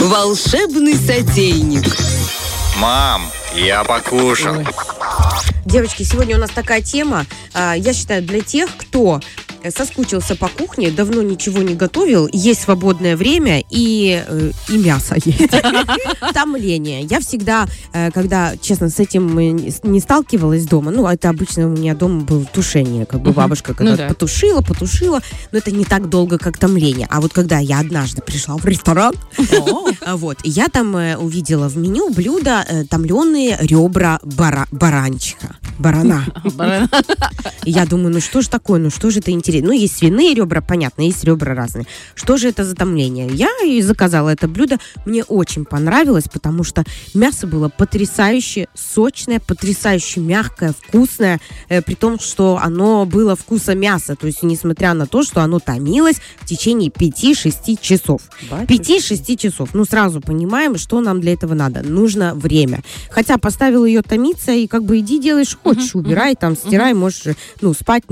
Волшебный сотейник. Мам, я покушал. Девочки, сегодня у нас такая тема, я считаю, для тех, кто соскучился по кухне, давно ничего не готовил, есть свободное время и мясо есть. Томление. Я всегда, когда, честно, с этим не сталкивалась дома, это обычно у меня дома было тушение, как бы бабушка когда потушила, но это не так долго, как томление. А вот когда я однажды пришла в ресторан, я там увидела в меню блюдо томленые ребра барана. Я думаю, что же такое, что же это интересно. Есть свиные ребра, понятно, есть ребра разные. Что же это за томление? Я и заказала это блюдо. Мне очень понравилось, потому что мясо было потрясающе сочное, потрясающе мягкое, вкусное, при том, что оно было вкуса мяса. То есть, несмотря на то, что оно томилось в течение 5-6 часов. 5-6 часов. Сразу понимаем, что нам для этого надо. Нужно время. Хотя поставил ее томиться, и иди делай, что хочешь. Убирай, стирай, можешь, спать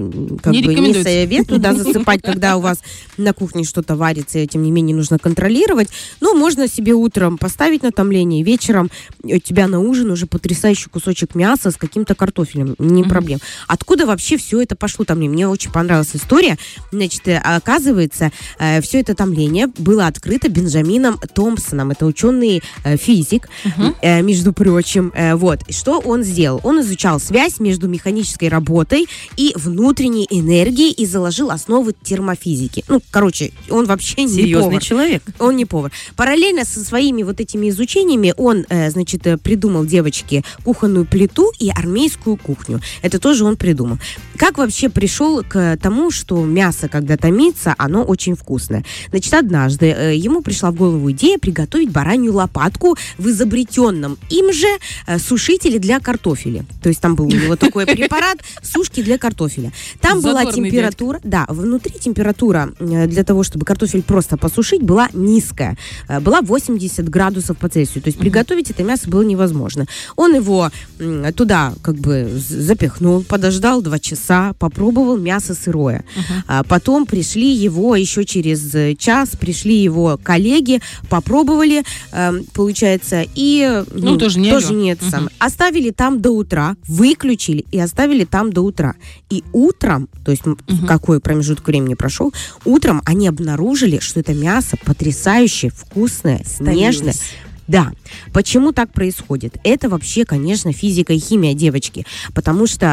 не советую, засыпать, когда у вас на кухне что-то варится, и тем не менее нужно контролировать. Но можно себе утром поставить на томление, вечером у тебя на ужин уже потрясающий кусочек мяса с каким-то картофелем. Не проблем. Откуда вообще все это пошло томление? Мне очень понравилась история. Значит, оказывается, все это томление было открыто Бенджамином Томпсоном. Это ученый-физик, между прочим. Что он сделал? Он изучал связь между механической работой и внутренней энергией и заложил основы термофизики. Он вообще не серьезный повар. Человек. Он не повар. Параллельно со своими этими изучениями он, придумал девочке кухонную плиту и армейскую кухню. Это тоже он придумал. Как вообще пришел к тому, что мясо, когда томится, оно очень вкусное? Однажды ему пришла в голову идея приготовить баранью лопатку в изобретенном им же сушителе для картофеля. То есть там был у него такой препарат сушки для картофеля. Там была температура, внутри температура для того, чтобы картофель просто посушить, была низкая. Была 80 градусов по Цельсию. То есть приготовить это мясо было невозможно. Он его туда запихнул, подождал 2 часа, попробовал мясо сырое. Потом пришли его еще через час, пришли его коллеги, попробовали, получается, и тоже нет. Оставили там до утра, выключили и оставили там до утра. И утром, то есть какой промежуток времени прошел, утром они обнаружили, что это мясо потрясающе вкусное, нежное. Да. Почему так происходит? Это вообще, конечно, физика и химия, девочки. Потому что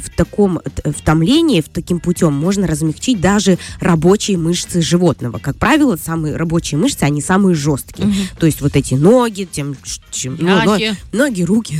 в томлении, таким путем можно размягчить даже рабочие мышцы животного. Как правило, самые рабочие мышцы, они самые жесткие. То есть эти ноги, ноги, руки.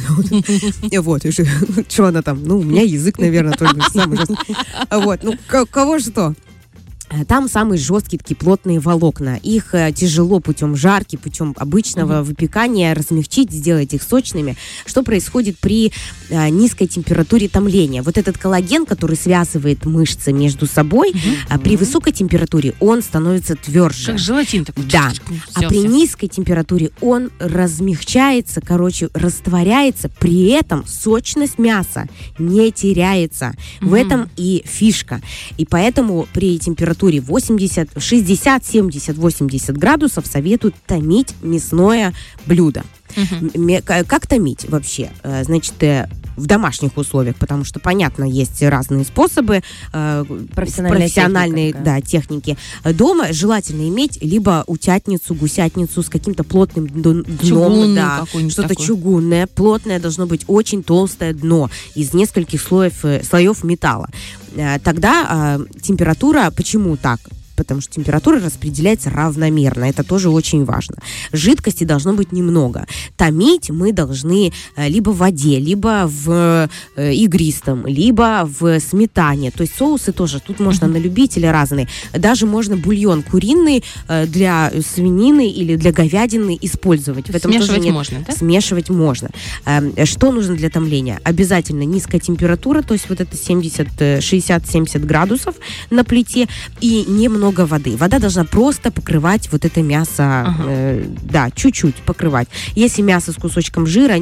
Что она там? У меня язык, наверное, тоже самый жесткий. Кого что? Там самые жесткие такие плотные волокна. Их тяжело путем жарки, путем обычного выпекания размягчить, сделать их сочными. Что происходит при низкой температуре томления? Этот коллаген, который связывает мышцы между собой, при высокой температуре он становится тверже. Как желатин такой. Да. А при низкой температуре он размягчается, растворяется. При этом сочность мяса не теряется. В этом и фишка. И поэтому при температуре 60, 70, 80 градусов советуют томить мясное блюдо. Как томить вообще? В домашних условиях, потому что, понятно, есть разные способы, профессиональные техники. Дома желательно иметь либо утятницу, гусятницу с каким-то плотным дном, что-то такое. Чугунное, плотное, должно быть очень толстое дно из нескольких слоев металла. Тогда температура, почему так? Потому что температура распределяется равномерно. Это тоже очень важно. Жидкости должно быть немного. Томить мы должны либо в воде, либо в игристом, либо в сметане. То есть соусы тоже. Тут можно на любителя разные. Даже можно бульон куриный для свинины или для говядины использовать. В этом смешивать тоже можно, да? Смешивать можно. Что нужно для томления? Обязательно низкая температура, то есть это 60-70 градусов на плите и немного много воды. Вода должна просто покрывать вот это мясо, чуть-чуть покрывать. Если мясо с кусочком жира,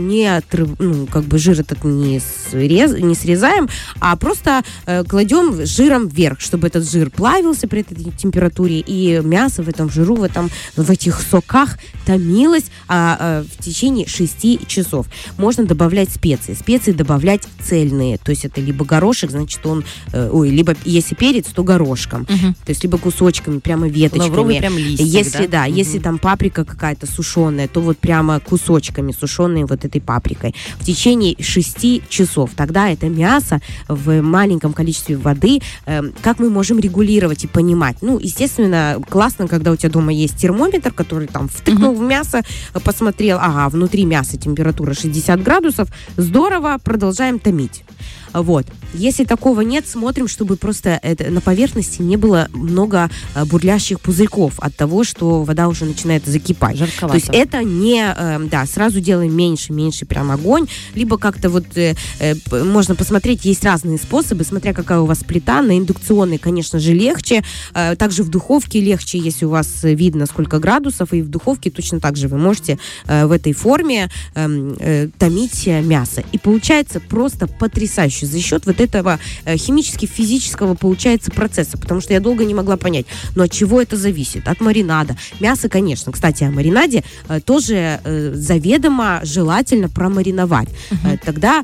жир этот не срезаем, а просто кладем жиром вверх, чтобы этот жир плавился при этой температуре, и мясо в этом жиру, в этих соках томилось в течение 6 часов. Можно добавлять специи. Специи добавлять цельные, то есть это либо горошек, значит либо если перец, то горошком, то есть либо кусочками, прямо веточками. Лавровый прям листик, если там паприка какая-то сушеная, то вот прямо кусочками сушеные вот этой паприкой. В течение 6 часов. Тогда это мясо в маленьком количестве воды, как мы можем регулировать и понимать? Естественно, классно, когда у тебя дома есть термометр, который там втыкнул в мясо, посмотрел, внутри мяса температура 60 градусов, здорово, продолжаем томить. Вот. Если такого нет, смотрим, чтобы просто на поверхности не было много бурлящих пузырьков от того, что вода уже начинает закипать. Жарковато. То есть это не... сразу делаем меньше прям огонь, либо как-то можно посмотреть, есть разные способы, смотря какая у вас плита. На индукционной, конечно же, легче. Также в духовке легче, если у вас видно, сколько градусов, и в духовке точно так же вы можете в этой форме томить мясо. И получается просто потрясающе за счет вот этого химически-физического, получается, процесса, потому что я долго не могла понять, от чего это зависит? От маринада. Мясо, конечно. Кстати, о маринаде тоже заведомо желательно промариновать. Тогда,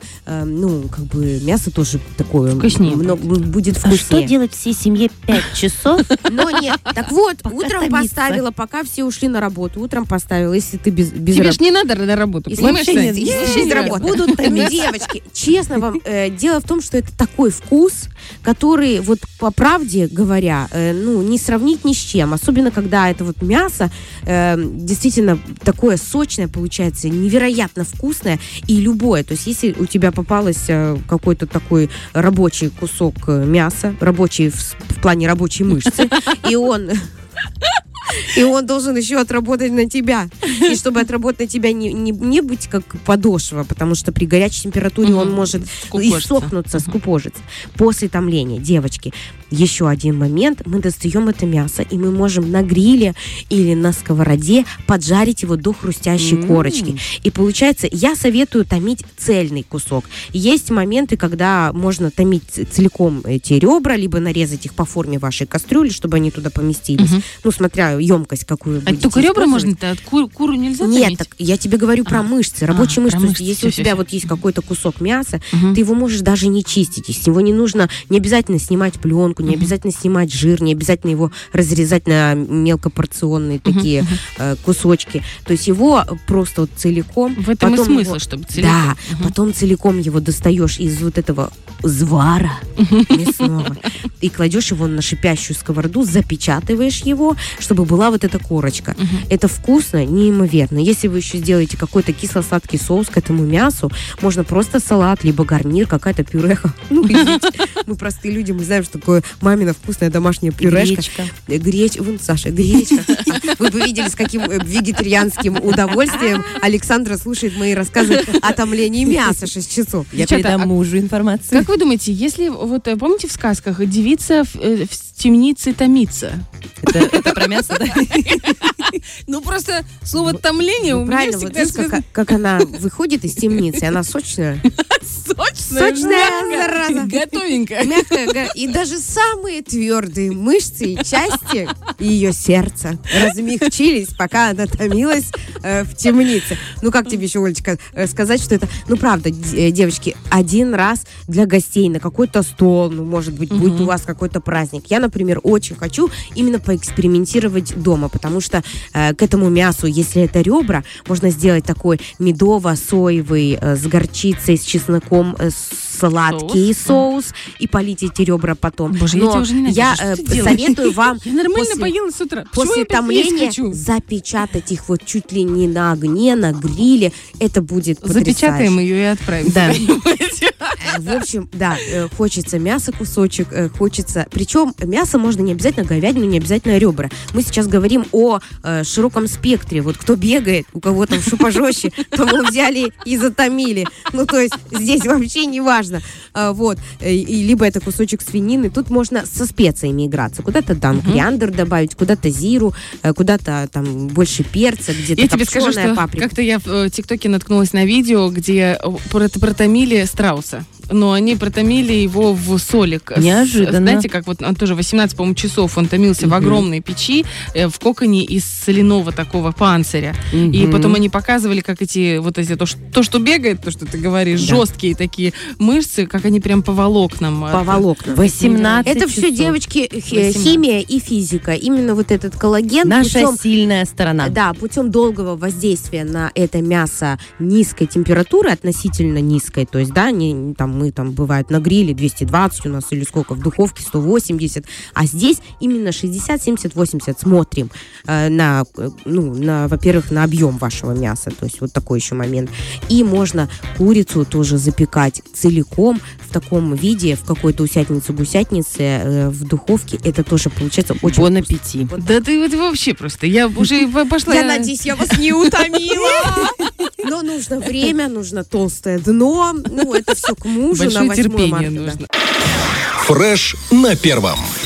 мясо тоже такое вкуснее будет вкуснее. Что делать всей семье 5 часов? Но нет. Так вот, Пока утром томится. Поставила, пока все ушли на работу. Утром поставила, если ты без Тебе ж не надо на работу. Если понимаешь, вообще Сань? если без работы. Будут томить. Девочки, честно вам, дело в том, что это такой вкус, который, вот по правде говоря, не сравнить ни с чем. Особенно, когда это вот мясо действительно такое сочное получается, невероятно вкусное и любое. То есть, если у тебя попалось какой-то такой рабочий кусок мяса, рабочий в плане рабочей мышцы, и он должен еще отработать на тебя. И чтобы отработать на тебя, не быть как подошва, потому что при горячей температуре он может иссохнуться, скукожиться. После томления, девочки, еще один момент. Мы достаем это мясо, и мы можем на гриле или на сковороде поджарить его до хрустящей корочки. И получается, я советую томить цельный кусок. Есть моменты, когда можно томить целиком эти ребра, либо нарезать их по форме вашей кастрюли, чтобы они туда поместились. Смотря емкость, какую вы будете только ребра использовать. можно, от куру нельзя томить? Нет, так я тебе говорю про мышцы, рабочие мышцы. Про мышцы. Если у тебя вот есть какой-то кусок мяса, ты его можешь даже не чистить. Из него не обязательно снимать пленку, не обязательно снимать жир, не обязательно его разрезать на мелкопорционные такие кусочки. То есть его просто вот целиком... В этом и смысл, чтобы целиком. Да, потом целиком его достаешь из вот этого звара мясного и кладешь его на шипящую сковороду, запечатываешь его, чтобы была вот эта корочка. Это вкусно, неимоверно. Если вы еще сделаете какой-то кисло-сладкий соус к этому мясу, можно просто салат, либо гарнир, какая-то пюреха. Извините, мы простые люди, мы знаем, что такое мамина вкусная домашняя пюрешка. Гречка. Саша, гречка. Вы бы видели, с каким вегетарианским удовольствием Александра слушает мои рассказы о томлении мяса 6 часов. Я передам мужу информацию. Как вы думаете, если, помните в сказках, девица в темнице томится? Это про мясо, да? Просто слово «томление» у меня Правильно, вот всегда видишь, связано... как она выходит из темницы, она сочная. Сочная, зараза. готовенькая. Мягкая, и даже самые твердые мышцы и части ее сердца размягчились, пока она томилась в темнице. Как тебе еще, Олечка, сказать, что это... правда, девочки, один раз для гостей на какой-то стол, может быть, будет у вас какой-то праздник. Я, например, очень хочу именно поэкспериментировать дома, потому что к этому мясу, если это ребра, можно сделать такой медово-соевый с горчицей, с чесноком, сладкий соус и полить эти ребра потом. Боже, я тебя уже ненавижу. Я Что ты делаешь? советую вам Я нормально поела с утра. после томления запечатать их вот чуть ли не на огне, на гриле. Это будет потрясающе. Запечатаем ее и отправим. Да. В общем, да, хочется мяса кусочек, хочется... Причем мясо можно не обязательно говядину, не обязательно ребра. Мы сейчас говорим о широком спектре. Вот кто бегает, у кого там что пожестче, того взяли и затомили. Ну, то есть здесь вообще не важно. Вот. И либо это кусочек свинины. Тут можно со специями играться. Куда-то там кориандр добавить, куда-то зиру, куда-то там больше перца, где-то Я тебе скажу, что паприка. как-то я в ТикТоке наткнулась на видео, где протомили страуса. Но они протомили его в солик. Неожиданно. Знаете, как вот он тоже 18, по-моему, часов он томился в огромной печи, в коконе из соляного такого панциря. И потом они показывали, как эти вот эти, то, что бегает, то, что ты говоришь, жесткие такие мышцы, как они прям по волокнам. По волокнам. 18 Это часов. все, девочки, химия и физика. Именно вот этот коллаген. Наша сильная сторона. Да, путем долгого воздействия на это мясо низкой температуры, относительно низкой, то есть, да, мы там бывает на гриле 220 у нас или сколько, в духовке 180, а здесь именно 60, 70, 80 смотрим во-первых, на объем вашего мяса, то есть вот такой еще момент. И можно курицу тоже запекать целиком в таком виде, в какой-то усятнице-гусятнице в духовке. Это тоже получается очень Бон вкусно. аппетит. Да ты вот вообще просто, я уже пошла... Я надеюсь, я вас не утомила. Но нужно время, нужно толстое дно. Ну, это все к мужу на Большое 8 терпение марта. нужно. Фреш на первом.